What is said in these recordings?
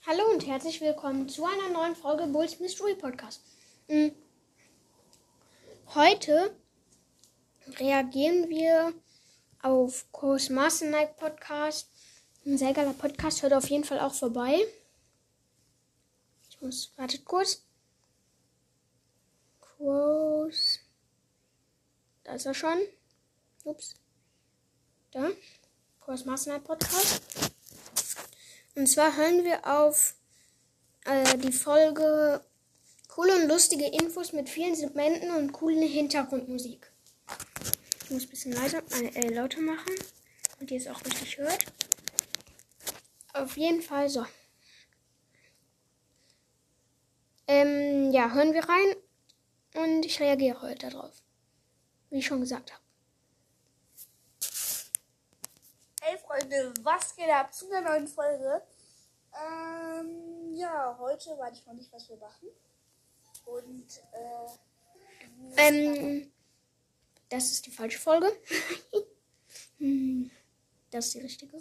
Hallo und herzlich willkommen zu einer neuen Folge Bulls Mystery Podcast. Heute reagieren wir auf Co's Master Night Podcast. Ein sehr geiler Podcast, hört auf jeden Fall auch vorbei. Wartet kurz. Co's. Da ist er schon. Ups. Da. Co's Master Night Podcast. Und zwar hören wir auf die Folge coole und lustige Infos mit vielen Segmenten und coolen Hintergrundmusik. Ich muss ein bisschen lauter machen, damit ihr es auch richtig hört. Auf jeden Fall so. Hören wir rein und ich reagiere heute darauf. Wie ich schon gesagt habe. Hey Freunde, was geht ab zu einer neuen Folge? Heute weiß ich noch nicht, was wir machen. Und, das ist die falsche Folge. Das ist die richtige.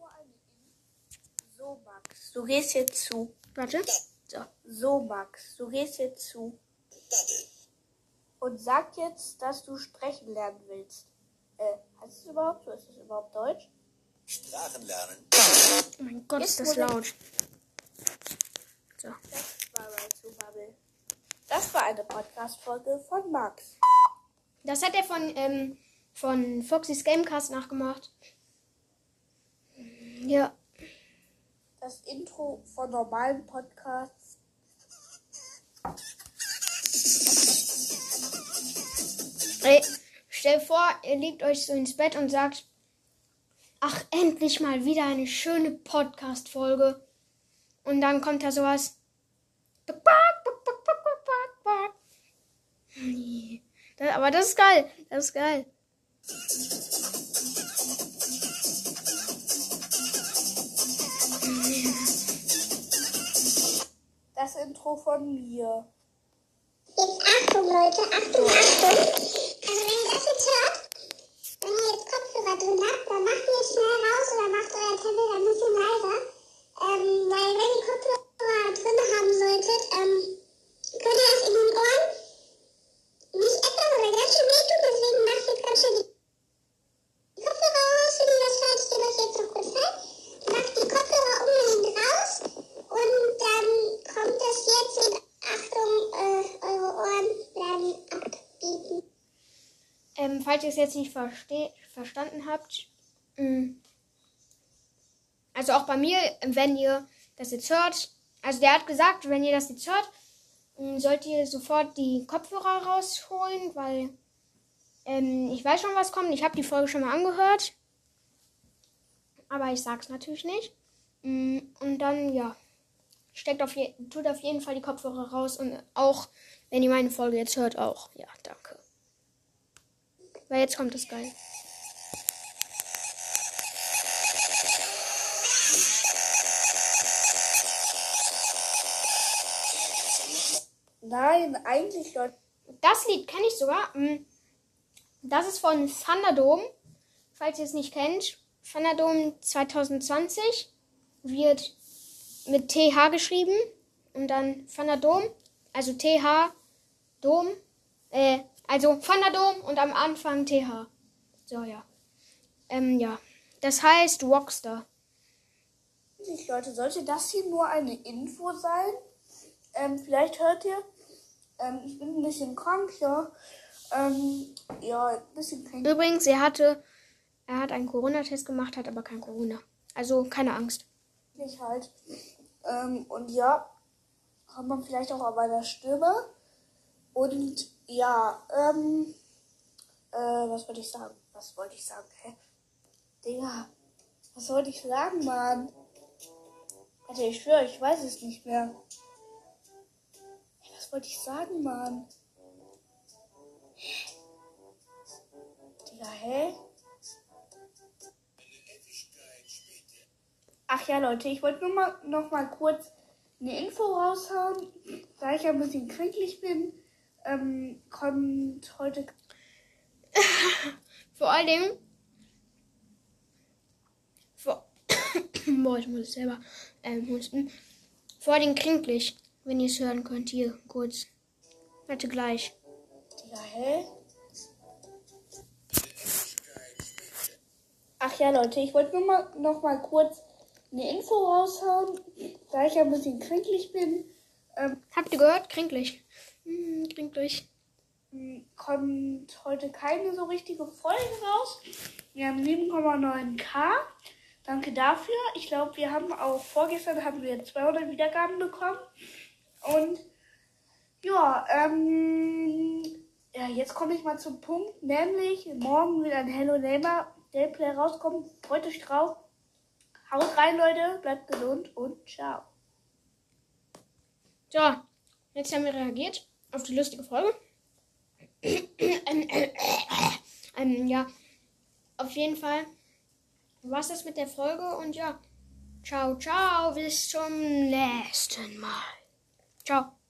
So, Max, du gehst jetzt zu. Warte. So, Max, du gehst jetzt zu. Und sag jetzt, dass du sprechen lernen willst. Heißt es überhaupt so? Ist das überhaupt Deutsch? Sprachen lernen. Oh mein Gott, ist das laut. So. Das war mein Zubabel. Das war eine Podcast-Folge von Max. Das hat er von Foxys Gamecast nachgemacht. Ja. Das Intro von normalen Podcasts. Ey, stell vor, ihr legt euch so ins Bett und sagt, ach, endlich mal wieder eine schöne Podcast-Folge. Und dann kommt da sowas. Aber das ist geil. Das ist geil. Das Intro von mir. Jetzt Achtung, Leute, Achtung, Achtung. Also wenn ihr das jetzt hört, wenn ihr jetzt Kopfhörer drin habt, dann macht ihr schnell raus oder macht euer Tablet ein bisschen leiser. Weil wenn ihr Kopfhörer drin haben solltet, könnt ihr das in den Ohren nicht etwas oder ganz schön wehtun. Deswegen macht jetzt ganz schön die Kopfhörer raus. Wenn ihr das hört, ich gebe euch jetzt noch kurz Zeit. Macht die Kopfhörer unbedingt raus und dann kommt das jetzt in Achtung, eure Ohren werden abbieten. Falls ihr es jetzt nicht verstanden habt, also auch bei mir, wenn ihr das jetzt hört, also der hat gesagt, wenn ihr das jetzt hört, sollt ihr sofort die Kopfhörer rausholen, weil ich weiß schon, was kommt. Ich habe die Folge schon mal angehört, aber ich sag's natürlich nicht. Und dann, ja, tut auf jeden Fall die Kopfhörer raus und auch, wenn ihr meine Folge jetzt hört, auch. Ja, danke. Weil jetzt kommt das geil. Nein, eigentlich, Leute. Das Lied kenne ich sogar. Das ist von Thunderdome. Falls ihr es nicht kennt. Thunderdome 2020 wird mit TH geschrieben. Und dann Thunderdome. Also TH Dom. Also Thunderdome und am Anfang TH. So, ja. Ja. Das heißt Rockstar. Eigentlich, Leute, sollte das hier nur eine Info sein? Vielleicht hört ihr, ich bin ein bisschen krank, ja. Ein bisschen krank. Übrigens, er hat einen Corona-Test gemacht, hat aber kein Corona. Also keine Angst. Ich halt. Und ja, hat man vielleicht auch an meiner Stimme. Und ja, was wollte ich sagen? Hä? Digga, was wollte ich sagen, Mann? Alter, ich schwöre, ich weiß es nicht mehr. Hey, was wollte ich sagen, Mann? Digga, hä? Ach ja, Leute, ich wollte nur noch mal kurz eine Info raushauen. Da ich ja ein bisschen kränklich bin, kommt heute... Vor allen Dingen... Boah, ich muss selber husten. Vor den Krinklich, wenn ihr es hören könnt. Hier, kurz. Warte gleich. Digga, hä? Ach ja, Leute, ich wollte nur noch mal kurz eine Info raushauen, da ich ja ein bisschen kränklich bin. Habt ihr gehört? Krinklich. Krinklich. Kommt heute keine so richtige Folge raus. Wir haben 7,9K. Danke dafür. Ich glaube, wir haben auch vorgestern 200 Wiedergaben bekommen. Und ja, jetzt komme ich mal zum Punkt, nämlich morgen wird ein Hello Neighbor Gameplay rauskommen. Freut euch drauf. Haut rein, Leute. Bleibt gesund und ciao. So, jetzt haben wir reagiert auf die lustige Folge. Ja, auf jeden Fall war's das mit der Folge und ja, ciao, ciao, bis zum nächsten Mal. Ciao.